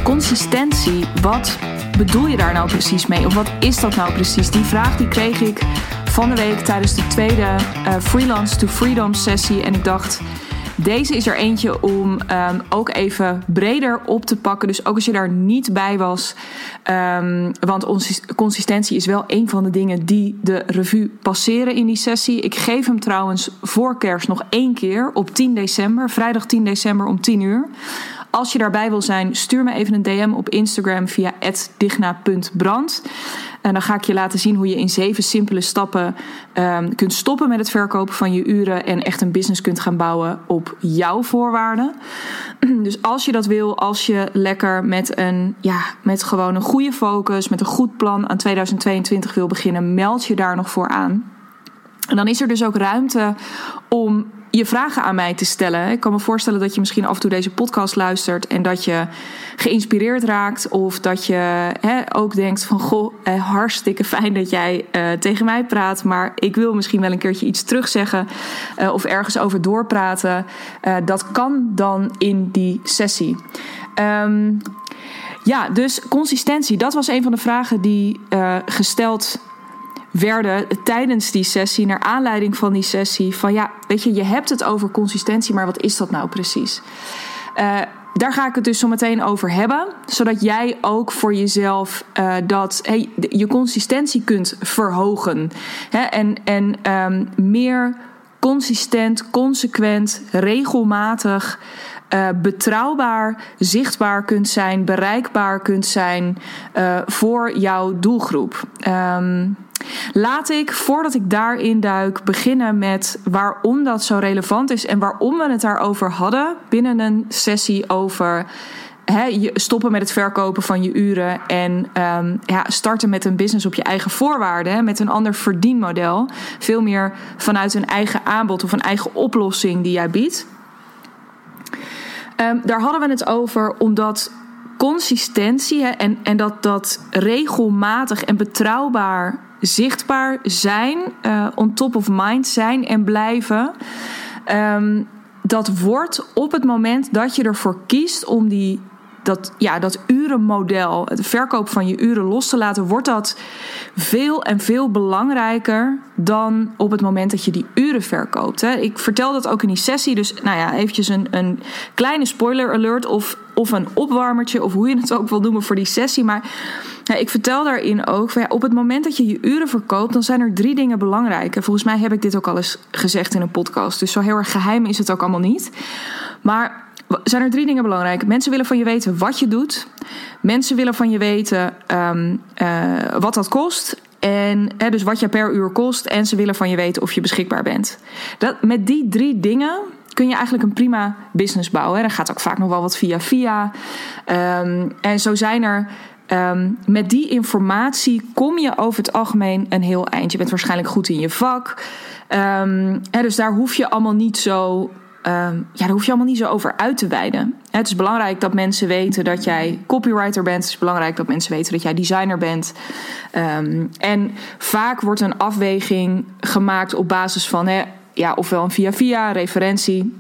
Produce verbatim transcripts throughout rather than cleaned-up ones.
consistentie, wat bedoel je daar nou precies mee? Of wat is dat nou precies? Die vraag die kreeg ik van de week tijdens de tweede uh, Freelance to Freedom sessie. En ik dacht, deze is er eentje om um, ook even breder op te pakken. Dus ook als je daar niet bij was. Um, want onze consistentie is wel een van de dingen die de revue passeren in die sessie. Ik geef hem trouwens voor kerst nog één keer op tien december. Vrijdag tien december om tien uur. Als je daarbij wil zijn, stuur me even een D M op Instagram via at digna punt brand. En dan ga ik je laten zien hoe je in zeven simpele stappen um, kunt stoppen met het verkopen van je uren en echt een business kunt gaan bouwen op jouw voorwaarden. Dus als je dat wil, als je lekker met een, ja, met gewoon een goede focus, met een goed plan aan tweeduizend tweeëntwintig wil beginnen, meld je daar nog voor aan. En dan is er dus ook ruimte om je vragen aan mij te stellen. Ik kan me voorstellen dat je misschien af en toe deze podcast luistert en dat je geïnspireerd raakt of dat je hè, ook denkt van goh, eh, hartstikke fijn dat jij uh, tegen mij praat, maar ik wil misschien wel een keertje iets terugzeggen uh, of ergens over doorpraten. Uh, dat kan dan in die sessie. Um, ja, dus consistentie, dat was een van de vragen die uh, gesteld werden tijdens die sessie, naar aanleiding van die sessie, van ja, weet je, je hebt het over consistentie, maar wat is dat nou precies? Uh, daar ga ik het dus zo meteen over hebben, zodat jij ook voor jezelf uh, dat hey, je consistentie kunt verhogen. Hè? En, en um, meer consistent, consequent, regelmatig, Uh, betrouwbaar, zichtbaar kunt zijn, bereikbaar kunt zijn uh, voor jouw doelgroep. Um, laat ik, voordat ik daarin duik, beginnen met waarom dat zo relevant is en waarom we het daarover hadden binnen een sessie over He, stoppen met het verkopen van je uren en um, ja, starten met een business op je eigen voorwaarden, he, met een ander verdienmodel. Veel meer vanuit een eigen aanbod of een eigen oplossing die jij biedt. Um, daar hadden we het over omdat consistentie he, en, en dat, dat regelmatig en betrouwbaar zichtbaar zijn, uh, on top of mind zijn en blijven, um, dat wordt op het moment dat je ervoor kiest om die Dat, ja, dat urenmodel, het verkoop van je uren los te laten, wordt dat veel en veel belangrijker dan op het moment dat je die uren verkoopt. Hè. Ik vertel dat ook in die sessie, dus nou ja, eventjes een, een kleine spoiler alert of, of een opwarmertje, of hoe je het ook wil noemen voor die sessie. Maar ja, ik vertel daarin ook, van, ja, op het moment dat je je uren verkoopt, dan zijn er drie dingen belangrijk. En volgens mij heb ik dit ook al eens gezegd in een podcast, dus zo heel erg geheim is het ook allemaal niet. Maar zijn er drie dingen belangrijk. Mensen willen van je weten wat je doet. Mensen willen van je weten um, uh, wat dat kost. En hè, dus wat je per uur kost. En ze willen van je weten of je beschikbaar bent. Dat, met die drie dingen kun je eigenlijk een prima business bouwen. Hè. Er gaat ook vaak nog wel wat via via. Um, en zo zijn er Um, met die informatie kom je over het algemeen een heel eind. Je bent waarschijnlijk goed in je vak. Um, hè, dus daar hoef je allemaal niet zo Um, ja, daar hoef je allemaal niet zo over uit te wijden. Het is belangrijk dat mensen weten dat jij copywriter bent. Het is belangrijk dat mensen weten dat jij designer bent. Um, en vaak wordt een afweging gemaakt op basis van hè, ja, ofwel een via-via referentie,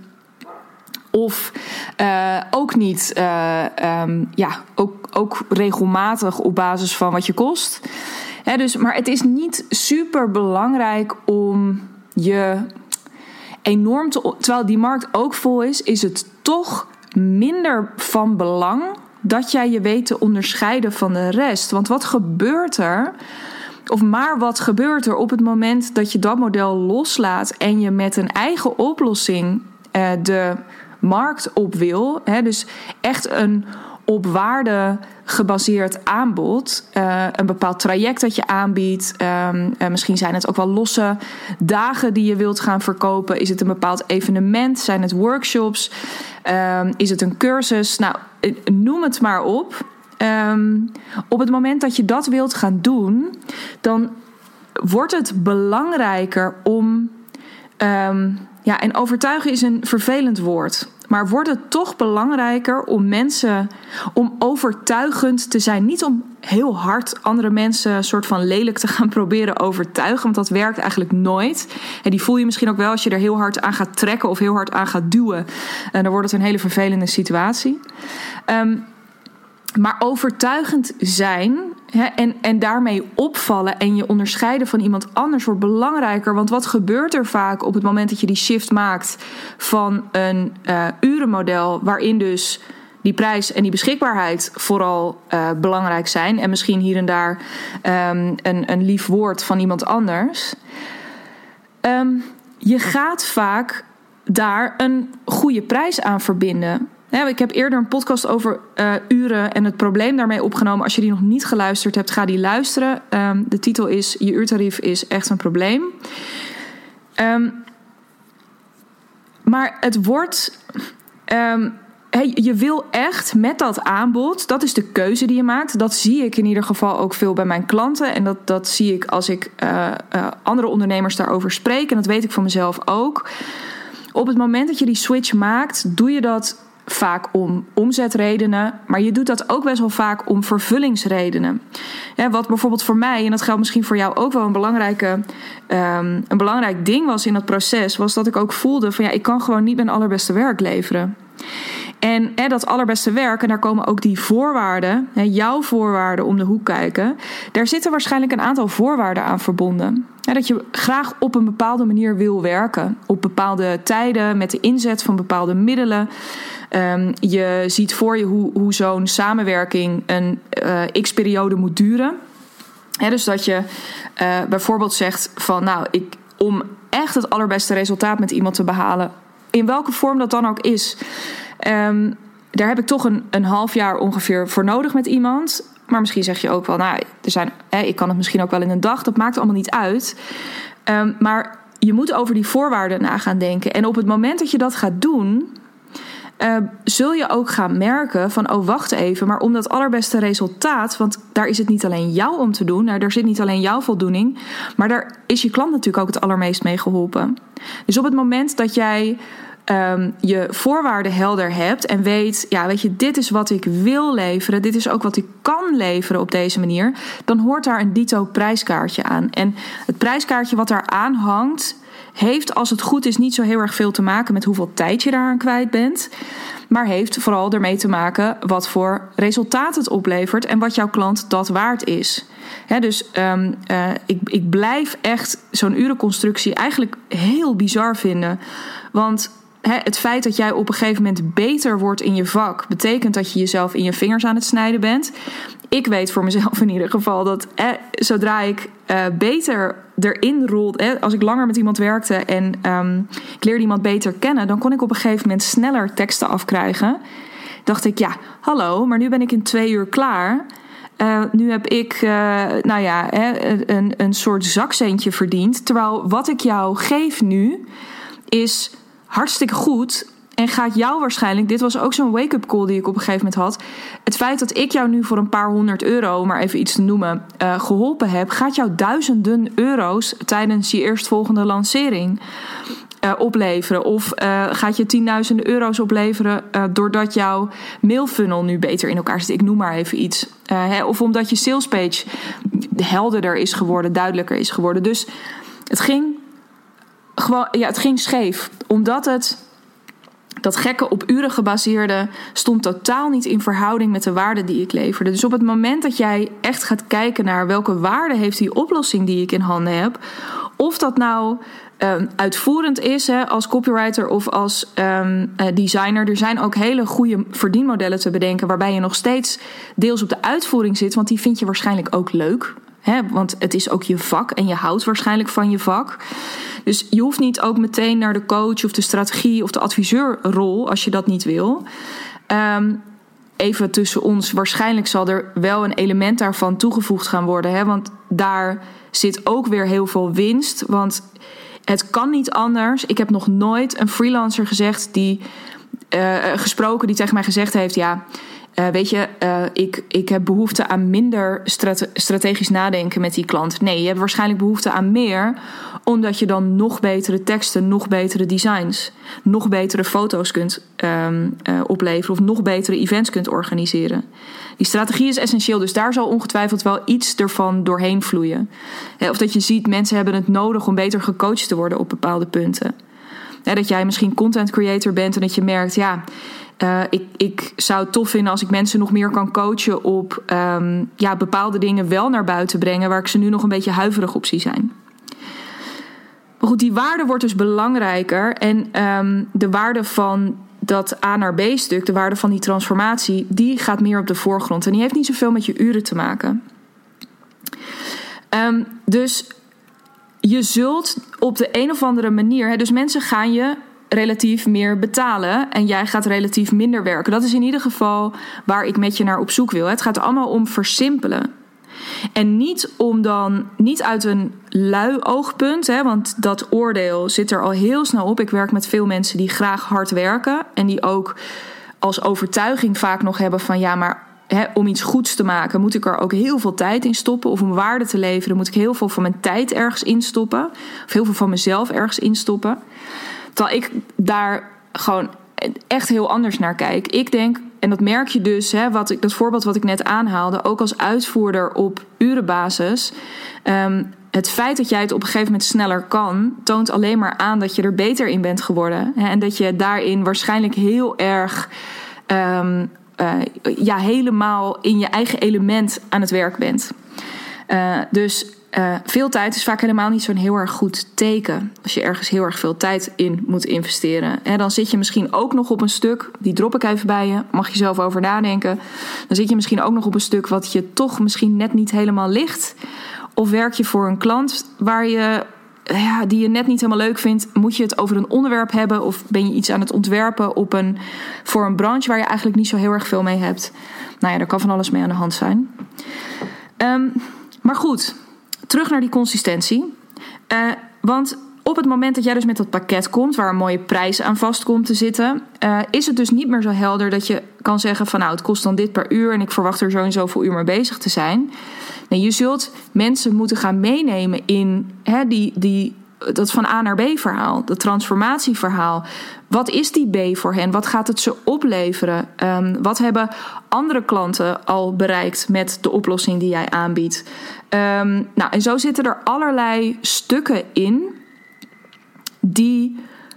of uh, ook niet, uh, um, ja, ook, ook regelmatig op basis van wat je kost. Hè, dus, maar het is niet super belangrijk om je enorm te, terwijl die markt ook vol is, is het toch minder van belang dat jij je weet te onderscheiden van de rest. Want wat gebeurt er, of maar wat gebeurt er op het moment dat je dat model loslaat en je met een eigen oplossing uh, de markt op wil, hè, dus echt een op waarde gebaseerd aanbod, uh, een bepaald traject dat je aanbiedt. Um, uh, misschien zijn het ook wel losse dagen die je wilt gaan verkopen. Is het een bepaald evenement? Zijn het workshops? Um, is het een cursus? Nou, noem het maar op. Um, op het moment dat je dat wilt gaan doen, dan wordt het belangrijker om Um, ja, en overtuigen is een vervelend woord. Maar wordt het toch belangrijker om mensen, om overtuigend te zijn. Niet om heel hard andere mensen een soort van lelijk te gaan proberen overtuigen. Want dat werkt eigenlijk nooit. En die voel je misschien ook wel als je er heel hard aan gaat trekken of heel hard aan gaat duwen. En dan wordt het een hele vervelende situatie. Um, Maar overtuigend zijn, hè, en, en daarmee opvallen en je onderscheiden van iemand anders wordt belangrijker. Want wat gebeurt er vaak op het moment dat je die shift maakt van een uh, urenmodel waarin dus die prijs en die beschikbaarheid vooral uh, belangrijk zijn. En misschien hier en daar um, een, een lief woord van iemand anders. Um, je gaat vaak daar een goede prijs aan verbinden. Ja, ik heb eerder een podcast over uh, uren en het probleem daarmee opgenomen. Als je die nog niet geluisterd hebt, ga die luisteren. Um, de titel is Je uurtarief is echt een probleem. Um, maar het wordt... Um, Hey, je wil echt met dat aanbod, dat is de keuze die je maakt. Dat zie ik in ieder geval ook veel bij mijn klanten. En dat, dat zie ik als ik uh, uh, andere ondernemers daarover spreek. En dat weet ik van mezelf ook. Op het moment dat je die switch maakt, doe je dat vaak om omzetredenen. Maar je doet dat ook best wel vaak om vervullingsredenen. Ja, wat bijvoorbeeld voor mij, en dat geldt misschien voor jou ook wel een belangrijke, um, een belangrijk ding was in dat proces, was dat ik ook voelde van ja, ik kan gewoon niet mijn allerbeste werk leveren. En hè, dat allerbeste werk, en daar komen ook die voorwaarden, hè, jouw voorwaarden om de hoek kijken. Daar zitten waarschijnlijk een aantal voorwaarden aan verbonden. Ja, dat je graag op een bepaalde manier wil werken. Op bepaalde tijden, met de inzet van bepaalde middelen. Um, je ziet voor je hoe, hoe zo'n samenwerking een uh, x-periode moet duren. Hè, dus dat je uh, bijvoorbeeld zegt van nou, ik, om echt het allerbeste resultaat met iemand te behalen, in welke vorm dat dan ook is, Um, daar heb ik toch een, een half jaar ongeveer voor nodig met iemand. Maar misschien zeg je ook wel, nou, er zijn, hè, ik kan het misschien ook wel in een dag. Dat maakt allemaal niet uit. Um, maar je moet over die voorwaarden na gaan denken. En op het moment dat je dat gaat doen, Uh, zul je ook gaan merken van, oh, wacht even, maar om dat allerbeste resultaat, want daar is het niet alleen jou om te doen, nou, daar zit niet alleen jouw voldoening, maar daar is je klant natuurlijk ook het allermeest mee geholpen. Dus op het moment dat jij um, je voorwaarden helder hebt en weet, ja, weet je, dit is wat ik wil leveren, dit is ook wat ik kan leveren op deze manier, dan hoort daar een dito prijskaartje aan. En het prijskaartje wat daar aan hangt, heeft, als het goed is, niet zo heel erg veel te maken met hoeveel tijd je daaraan kwijt bent, maar heeft vooral ermee te maken wat voor resultaat het oplevert en wat jouw klant dat waard is. He, dus um, uh, ik, ik blijf echt zo'n urenconstructie eigenlijk heel bizar vinden. Want he, het feit dat jij op een gegeven moment beter wordt in je vak, betekent dat je jezelf in je vingers aan het snijden bent. Ik weet voor mezelf in ieder geval dat eh, zodra ik uh, beter erin rolde, eh, als ik langer met iemand werkte en um, ik leerde iemand beter kennen, dan kon ik op een gegeven moment sneller teksten afkrijgen. Dacht ik, ja, hallo, maar nu ben ik in twee uur klaar. Uh, nu heb ik, uh, nou ja, eh, een, een soort zakcentje verdiend. Terwijl wat ik jou geef nu is hartstikke goed. En gaat jou waarschijnlijk, dit was ook zo'n wake-up call die ik op een gegeven moment had. Het feit dat ik jou nu voor een paar honderd euro, maar even iets te noemen, uh, geholpen heb, gaat jou duizenden euro's tijdens je eerstvolgende lancering uh, opleveren. Of uh, gaat je tienduizenden euro's opleveren uh, doordat jouw mailfunnel nu beter in elkaar zit. Ik noem maar even iets. Uh, hè, of omdat je salespage helderder is geworden, duidelijker is geworden. Dus het ging gewoon, ja, het ging scheef. Omdat het Dat gekke op uren gebaseerde stond totaal niet in verhouding met de waarde die ik leverde. Dus op het moment dat jij echt gaat kijken naar welke waarde heeft die oplossing die ik in handen heb, of dat nou um, uitvoerend is, hè, als copywriter of als um, uh, designer. Er zijn ook hele goede verdienmodellen te bedenken waarbij je nog steeds deels op de uitvoering zit, want die vind je waarschijnlijk ook leuk. He, want het is ook je vak en je houdt waarschijnlijk van je vak. Dus je hoeft niet ook meteen naar de coach of de strategie of de adviseurrol als je dat niet wil. Um, even tussen ons, waarschijnlijk zal er wel een element daarvan toegevoegd gaan worden. Hè? Want daar zit ook weer heel veel winst. Want het kan niet anders. Ik heb nog nooit een freelancer gezegd die, uh, gesproken die tegen mij gezegd heeft, ja, Uh, weet je, uh, ik, ik heb behoefte aan minder strate- strategisch nadenken met die klant. Nee, je hebt waarschijnlijk behoefte aan meer, omdat je dan nog betere teksten, nog betere designs, nog betere foto's kunt um, uh, opleveren of nog betere events kunt organiseren. Die strategie is essentieel, dus daar zal ongetwijfeld wel iets ervan doorheen vloeien. Of dat je ziet, mensen hebben het nodig om beter gecoacht te worden op bepaalde punten. Dat jij misschien content creator bent en dat je merkt, ja, Uh, ik, ik zou het tof vinden als ik mensen nog meer kan coachen op um, ja, bepaalde dingen wel naar buiten brengen waar ik ze nu nog een beetje huiverig op zie zijn. Maar goed, die waarde wordt dus belangrijker. En um, de waarde van dat A naar B stuk, de waarde van die transformatie, die gaat meer op de voorgrond. En die heeft niet zoveel met je uren te maken. Um, dus je zult op de een of andere manier, hè, dus mensen gaan je relatief meer betalen en jij gaat relatief minder werken. Dat is in ieder geval waar ik met je naar op zoek wil. Het gaat allemaal om versimpelen. En niet om dan, niet uit een lui oogpunt, hè, want dat oordeel zit er al heel snel op. Ik werk met veel mensen die graag hard werken en die ook als overtuiging vaak nog hebben van ja, maar hè, om iets goeds te maken moet ik er ook heel veel tijd in stoppen. Of om waarde te leveren moet ik heel veel van mijn tijd ergens instoppen. Of heel veel van mezelf ergens instoppen. Terwijl ik daar gewoon echt heel anders naar kijk. Ik denk, en dat merk je dus, hè, wat ik, dat voorbeeld wat ik net aanhaalde, ook als uitvoerder op urenbasis. Um, het feit dat jij het op een gegeven moment sneller kan, toont alleen maar aan dat je er beter in bent geworden. Hè, en dat je daarin waarschijnlijk heel erg um, uh, ja, helemaal in je eigen element aan het werk bent. Uh, dus Uh, veel tijd is vaak helemaal niet zo'n heel erg goed teken. Als je ergens heel erg veel tijd in moet investeren. Hè, dan zit je misschien ook nog op een stuk, die drop ik even bij je, mag je zelf over nadenken. Dan zit je misschien ook nog op een stuk wat je toch misschien net niet helemaal ligt. Of werk je voor een klant waar je, ja, die je net niet helemaal leuk vindt. Moet je het over een onderwerp hebben of ben je iets aan het ontwerpen op een, voor een branche waar je eigenlijk niet zo heel erg veel mee hebt. Nou ja, daar kan van alles mee aan de hand zijn. Um, maar goed, terug naar die consistentie. Uh, want op het moment dat jij dus met dat pakket komt, waar een mooie prijs aan vast komt te zitten, uh, is het dus niet meer zo helder dat je kan zeggen van nou, het kost dan dit per uur en ik verwacht er zo en zoveel uur mee bezig te zijn. Nee, je zult mensen moeten gaan meenemen in hè, die, die, dat van A naar B verhaal, dat transformatieverhaal. Wat is die B voor hen? Wat gaat het ze opleveren? Um, wat hebben andere klanten al bereikt met de oplossing die jij aanbiedt? Um, nou, en zo zitten er allerlei stukken in die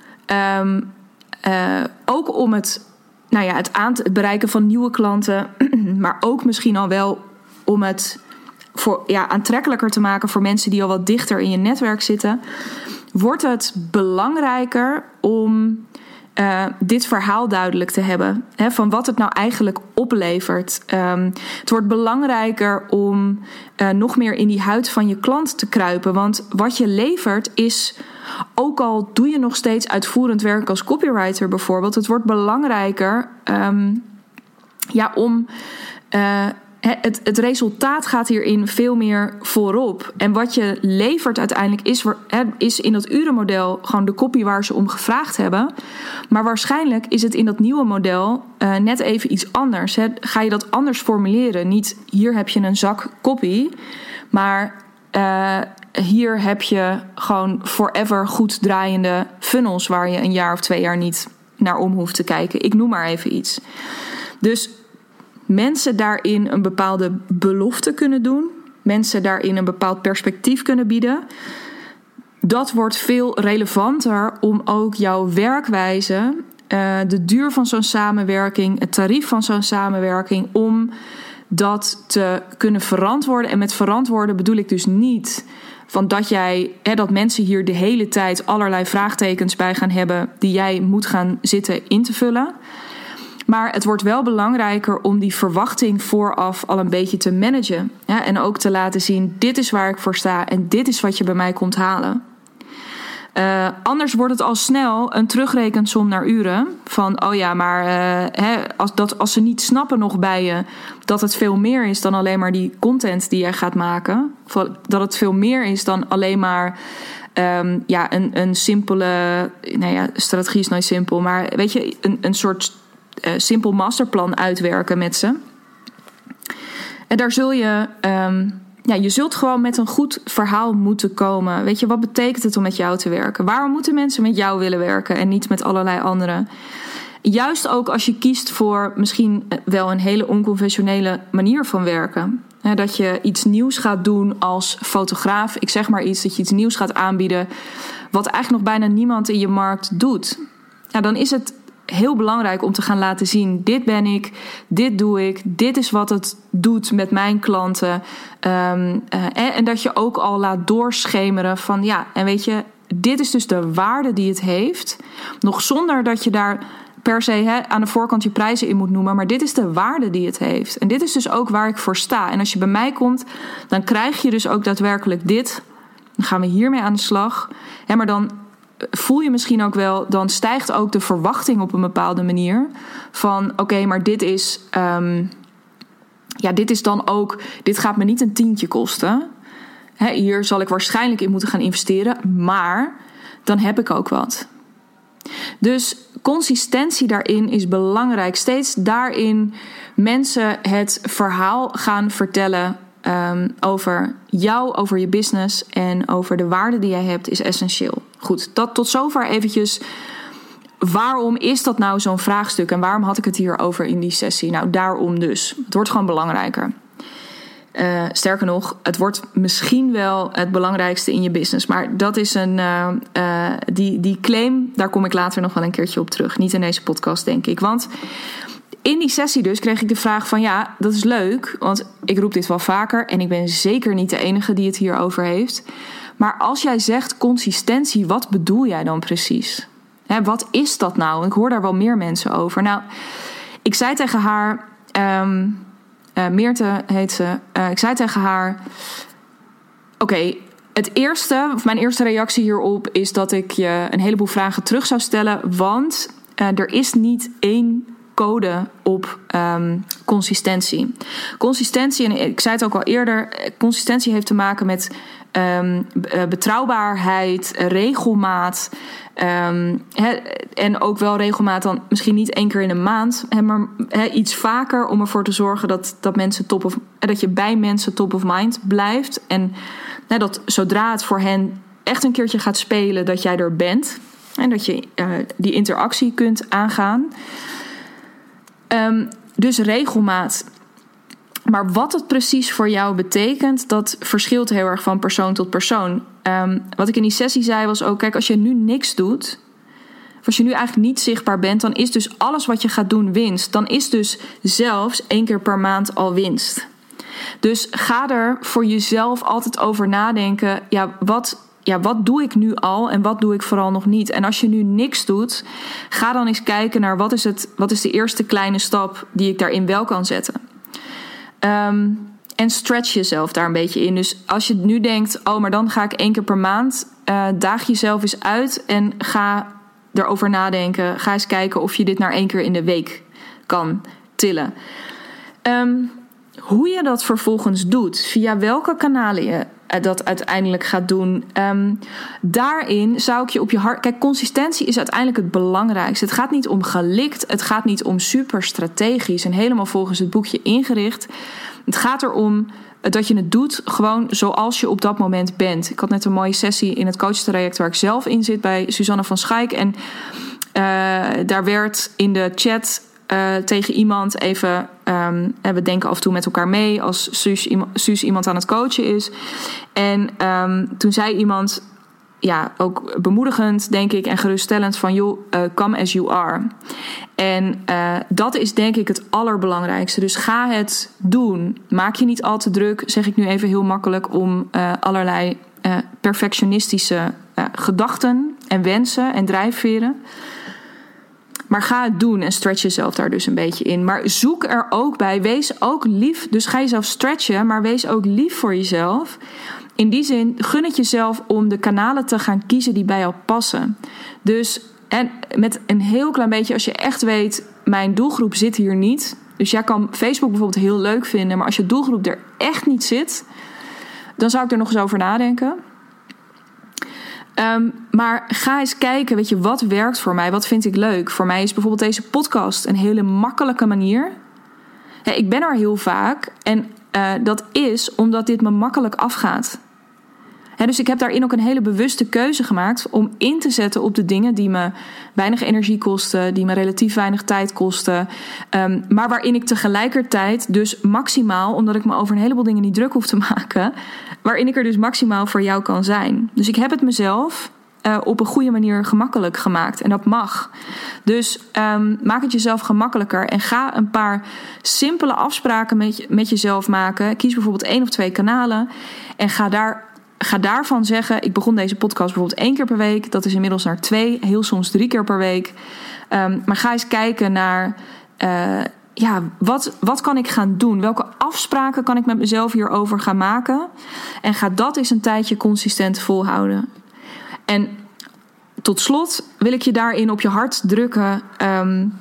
um, uh, ook om het, nou ja, het, aan, het bereiken van nieuwe klanten, maar ook misschien al wel om het voor, ja, aantrekkelijker te maken voor mensen die al wat dichter in je netwerk zitten, wordt het belangrijker om Uh, dit verhaal duidelijk te hebben. Hè, van wat het nou eigenlijk oplevert. Um, het wordt belangrijker om uh, nog meer in die huid van je klant te kruipen. Want wat je levert is, ook al doe je nog steeds uitvoerend werk als copywriter bijvoorbeeld, het wordt belangrijker um, ja, om Uh, Het, het resultaat gaat hierin veel meer voorop. En wat je levert uiteindelijk is, is in dat urenmodel gewoon de copy waar ze om gevraagd hebben. Maar waarschijnlijk is het in dat nieuwe model uh, net even iets anders. Hè. Ga je dat anders formuleren? Niet hier heb je een zak copy, maar uh, hier heb je gewoon forever goed draaiende funnels waar je een jaar of twee jaar niet naar om hoeft te kijken. Ik noem maar even iets. Dus mensen daarin een bepaalde belofte kunnen doen. Mensen daarin een bepaald perspectief kunnen bieden. Dat wordt veel relevanter om ook jouw werkwijze, uh, de duur van zo'n samenwerking, het tarief van zo'n samenwerking, om dat te kunnen verantwoorden. En met verantwoorden bedoel ik dus niet van dat jij, hè, dat mensen hier de hele tijd allerlei vraagtekens bij gaan hebben die jij moet gaan zitten in te vullen. Maar het wordt wel belangrijker om die verwachting vooraf al een beetje te managen. Ja, en ook te laten zien, dit is waar ik voor sta en dit is wat je bij mij komt halen. Uh, anders wordt het al snel een terugrekensom naar uren. Van, oh ja, maar uh, hè, als, dat, als ze niet snappen nog bij je dat het veel meer is dan alleen maar die content die jij gaat maken. Dat het veel meer is dan alleen maar um, ja, een, een simpele, nou ja, strategie is nooit simpel, maar weet je, een, een soort Uh, simpel masterplan uitwerken met ze. En daar zul je, um, ja, je zult gewoon met een goed verhaal moeten komen. Weet je, wat betekent het om met jou te werken? Waarom moeten mensen met jou willen werken en niet met allerlei anderen? Juist ook als je kiest voor misschien wel een hele onconventionele manier van werken. He, dat je iets nieuws gaat doen als fotograaf. Ik zeg maar iets, dat je iets nieuws gaat aanbieden wat eigenlijk nog bijna niemand in je markt doet. Nou, dan is het heel belangrijk om te gaan laten zien. Dit ben ik, dit doe ik, dit is wat het doet met mijn klanten. Um, uh, en, en dat je ook al laat doorschemeren van ja, en weet je, dit is dus de waarde die het heeft. Nog zonder dat je daar per se he, aan de voorkant je prijzen in moet noemen. Maar dit is de waarde die het heeft. En dit is dus ook waar ik voor sta. En als je bij mij komt, dan krijg je dus ook daadwerkelijk dit. Dan gaan we hiermee aan de slag. He, maar dan voel je misschien ook wel, dan stijgt ook de verwachting op een bepaalde manier. Van oké, okay, maar dit is, um, ja, dit is dan ook, dit gaat me niet een tientje kosten. He, hier zal ik waarschijnlijk in moeten gaan investeren. Maar dan heb ik ook wat. Dus consistentie daarin is belangrijk. Steeds daarin mensen het verhaal gaan vertellen um, over jou, over je business en over de waarde die jij hebt is essentieel. Goed, dat tot zover eventjes. Waarom is dat nou zo'n vraagstuk en waarom had ik het hier over in die sessie? Nou, daarom dus. Het wordt gewoon belangrijker. Uh, sterker nog, het wordt misschien wel het belangrijkste in je business. Maar dat is een uh, uh, die, die claim, daar kom ik later nog wel een keertje op terug. Niet in deze podcast, denk ik. Want in die sessie dus kreeg ik de vraag van ja, dat is leuk. Want ik roep dit wel vaker en ik ben zeker niet de enige die het hierover heeft. Maar als jij zegt consistentie, wat bedoel jij dan precies? Hè, wat is dat nou? Ik hoor daar wel meer mensen over. Nou, ik zei tegen haar... Um, Uh, Meerte heet ze. Uh, ik zei tegen haar... Oké, okay, het eerste, of mijn eerste reactie hierop is dat ik je een heleboel vragen terug zou stellen. Want uh, er is niet één code op um, consistentie. Consistentie, en ik zei het ook al eerder, consistentie heeft te maken met um, betrouwbaarheid, regelmaat. Um, he, en ook wel regelmaat dan misschien niet één keer in een maand, he, maar he, iets vaker om ervoor te zorgen dat, dat, mensen top of, dat je bij mensen top of mind blijft. En he, dat zodra het voor hen echt een keertje gaat spelen, dat jij er bent. En dat je uh, die interactie kunt aangaan. Um, dus regelmaat. Maar wat het precies voor jou betekent, dat verschilt heel erg van persoon tot persoon. Um, wat ik in die sessie zei was ook, kijk, als je nu niks doet, of als je nu eigenlijk niet zichtbaar bent, dan is dus alles wat je gaat doen winst. Dan is dus zelfs één keer per maand al winst. Dus ga er voor jezelf altijd over nadenken, ja, wat... Ja, wat doe ik nu al en wat doe ik vooral nog niet? En als je nu niks doet, ga dan eens kijken naar wat is, het, wat is de eerste kleine stap die ik daarin wel kan zetten. Um, en stretch jezelf daar een beetje in. Dus als je nu denkt, oh, maar dan ga ik één keer per maand, uh, daag jezelf eens uit en ga erover nadenken. Ga eens kijken of je dit naar één keer in de week kan tillen. Um, hoe je dat vervolgens doet, via welke kanalen je dat uiteindelijk gaat doen. Um, daarin zou ik je op je hart... Kijk, consistentie is uiteindelijk het belangrijkste. Het gaat niet om gelikt. Het gaat niet om super strategisch en helemaal volgens het boekje ingericht. Het gaat erom dat je het doet gewoon zoals je op dat moment bent. Ik had net een mooie sessie in het coachtraject waar ik zelf in zit bij Suzanne van Schaik. En uh, daar werd in de chat uh, tegen iemand even... Um, we denken af en toe met elkaar mee als Suus iemand, Suus iemand aan het coachen is. En um, toen zei iemand, ja, ook bemoedigend denk ik en geruststellend van joh, uh, come as you are. En uh, dat is denk ik het allerbelangrijkste. Dus ga het doen. Maak je niet al te druk, zeg ik nu even heel makkelijk, om uh, allerlei uh, perfectionistische uh, gedachten en wensen en drijfveren. Maar ga het doen en stretch jezelf daar dus een beetje in. Maar zoek er ook bij. Wees ook lief. Dus ga jezelf stretchen, maar wees ook lief voor jezelf. In die zin, gun het jezelf om de kanalen te gaan kiezen die bij jou passen. Dus en met een heel klein beetje, als je echt weet, mijn doelgroep zit hier niet. Dus jij kan Facebook bijvoorbeeld heel leuk vinden, maar als je doelgroep er echt niet zit, dan zou ik er nog eens over nadenken. Um, maar ga eens kijken, weet je, wat werkt voor mij? Wat vind ik leuk? Voor mij is bijvoorbeeld deze podcast een hele makkelijke manier. Ja, ik ben er heel vaak en uh, dat is omdat dit me makkelijk afgaat. Ja, dus ik heb daarin ook een hele bewuste keuze gemaakt om in te zetten op de dingen die me weinig energie kosten, die me relatief weinig tijd kosten. Um, maar waarin ik tegelijkertijd dus maximaal, omdat ik me over een heleboel dingen niet druk hoef te maken, waarin ik er dus maximaal voor jou kan zijn. Dus ik heb het mezelf uh, op een goede manier gemakkelijk gemaakt. En dat mag. Dus um, maak het jezelf gemakkelijker. En ga een paar simpele afspraken met, je, met jezelf maken. Kies bijvoorbeeld één of twee kanalen. En ga daar... Ga daarvan zeggen, ik begon deze podcast bijvoorbeeld één keer per week. Dat is inmiddels naar twee, heel soms drie keer per week. Um, maar ga eens kijken naar, uh, ja, wat, wat kan ik gaan doen? Welke afspraken kan ik met mezelf hierover gaan maken? En ga dat eens een tijdje consistent volhouden. En tot slot wil ik je daarin op je hart drukken. Um,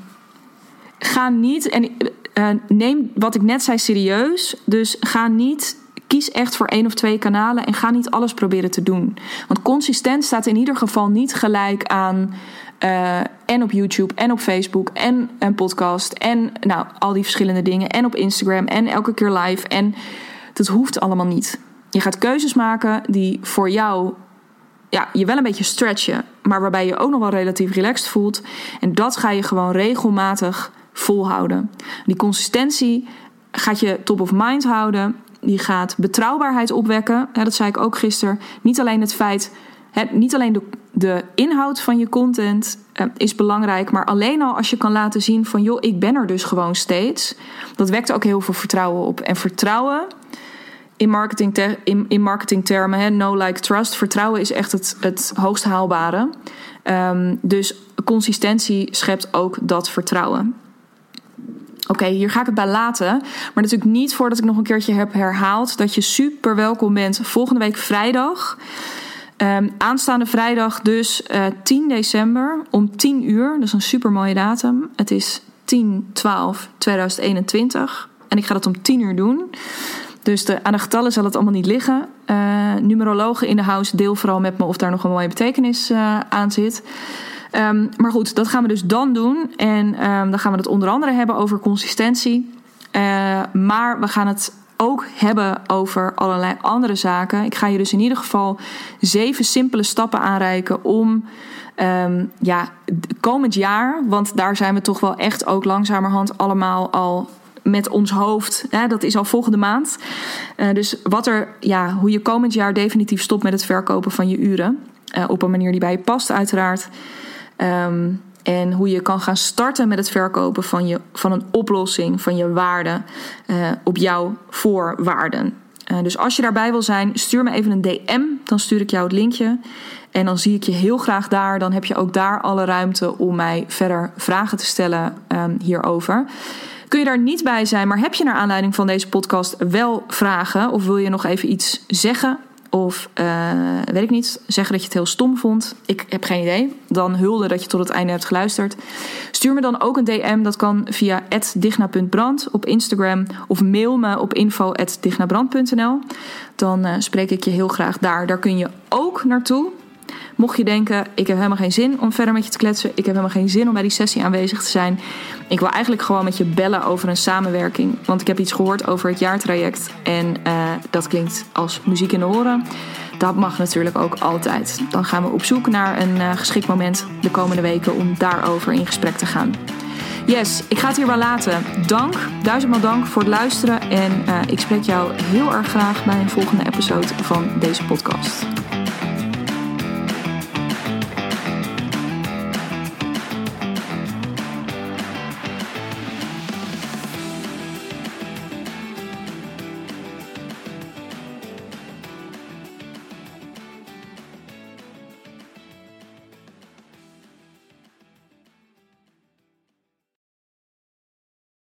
ga niet, en uh, neem wat ik net zei serieus. Dus ga niet... Kies echt voor één of twee kanalen en ga niet alles proberen te doen. Want consistent staat in ieder geval niet gelijk aan... Uh, en op YouTube en op Facebook en een podcast... en nou, al die verschillende dingen en op Instagram en elke keer live. En dat hoeft allemaal niet. Je gaat keuzes maken die voor jou... ja, je wel een beetje stretchen... maar waarbij je ook nog wel relatief relaxed voelt. En dat ga je gewoon regelmatig volhouden. Die consistentie gaat je top of mind houden... Die gaat betrouwbaarheid opwekken. Ja, dat zei ik ook gisteren. Niet alleen het feit, hè, niet alleen de, de inhoud van je content uh, is belangrijk, maar alleen al als je kan laten zien van, joh, ik ben er dus gewoon steeds. Dat wekt ook heel veel vertrouwen op. En vertrouwen in marketing ter, in, in marketingtermen, hè, know, like, trust. Vertrouwen is echt het, het hoogst haalbare. Um, dus consistentie schept ook dat vertrouwen. Oké, okay, hier ga ik het bij laten. Maar natuurlijk niet voordat ik nog een keertje heb herhaald... dat je super welkom bent volgende week vrijdag. Um, aanstaande vrijdag dus uh, tien december om tien uur. Dat is een super mooie datum. Het is tien twaalf tweeduizend eenentwintig. En ik ga dat om tien uur doen. Dus de, aan de getallen zal het allemaal niet liggen. Uh, numerologen in de house, deel vooral met me... of daar nog een mooie betekenis uh, aan zit... Um, maar goed, dat gaan we dus dan doen. En um, dan gaan we het onder andere hebben over consistentie. Uh, maar we gaan het ook hebben over allerlei andere zaken. Ik ga je dus in ieder geval zeven simpele stappen aanreiken om um, ja, komend jaar... want daar zijn we toch wel echt ook langzamerhand allemaal al... met ons hoofd, hè, dat is al volgende maand. Uh, dus wat er, ja, hoe je komend jaar definitief stopt met het verkopen van je uren. Uh, op een manier die bij je past uiteraard. Um, en hoe je kan gaan starten met het verkopen van, je, van een oplossing, van je waarde uh, op jouw voorwaarden. Uh, dus als je daarbij wil zijn, stuur me even een D M. Dan stuur ik jou het linkje. En dan zie ik je heel graag daar. Dan heb je ook daar alle ruimte om mij verder vragen te stellen um, hierover. Kun je daar niet bij zijn, maar heb je naar aanleiding van deze podcast wel vragen? Of wil je nog even iets zeggen? Of, uh, weet ik niet, zeggen dat je het heel stom vond. Ik heb geen idee. Dan hulde dat je tot het einde hebt geluisterd. Stuur me dan ook een D M. Dat kan via at digna punt brand op Instagram. Of mail me op info at dignabrand punt n l. Dan uh, spreek ik je heel graag daar. Daar kun je ook naartoe. Mocht je denken, ik heb helemaal geen zin om verder met je te kletsen. Ik heb helemaal geen zin om bij die sessie aanwezig te zijn. Ik wil eigenlijk gewoon met je bellen over een samenwerking. Want ik heb iets gehoord over het jaartraject. En uh, dat klinkt als muziek in de oren. Dat mag natuurlijk ook altijd. Dan gaan we op zoek naar een uh, geschikt moment de komende weken om daarover in gesprek te gaan. Yes, ik ga het hierbij laten. Dank, duizendmaal dank voor het luisteren. En uh, ik spreek jou heel erg graag bij een volgende episode van deze podcast.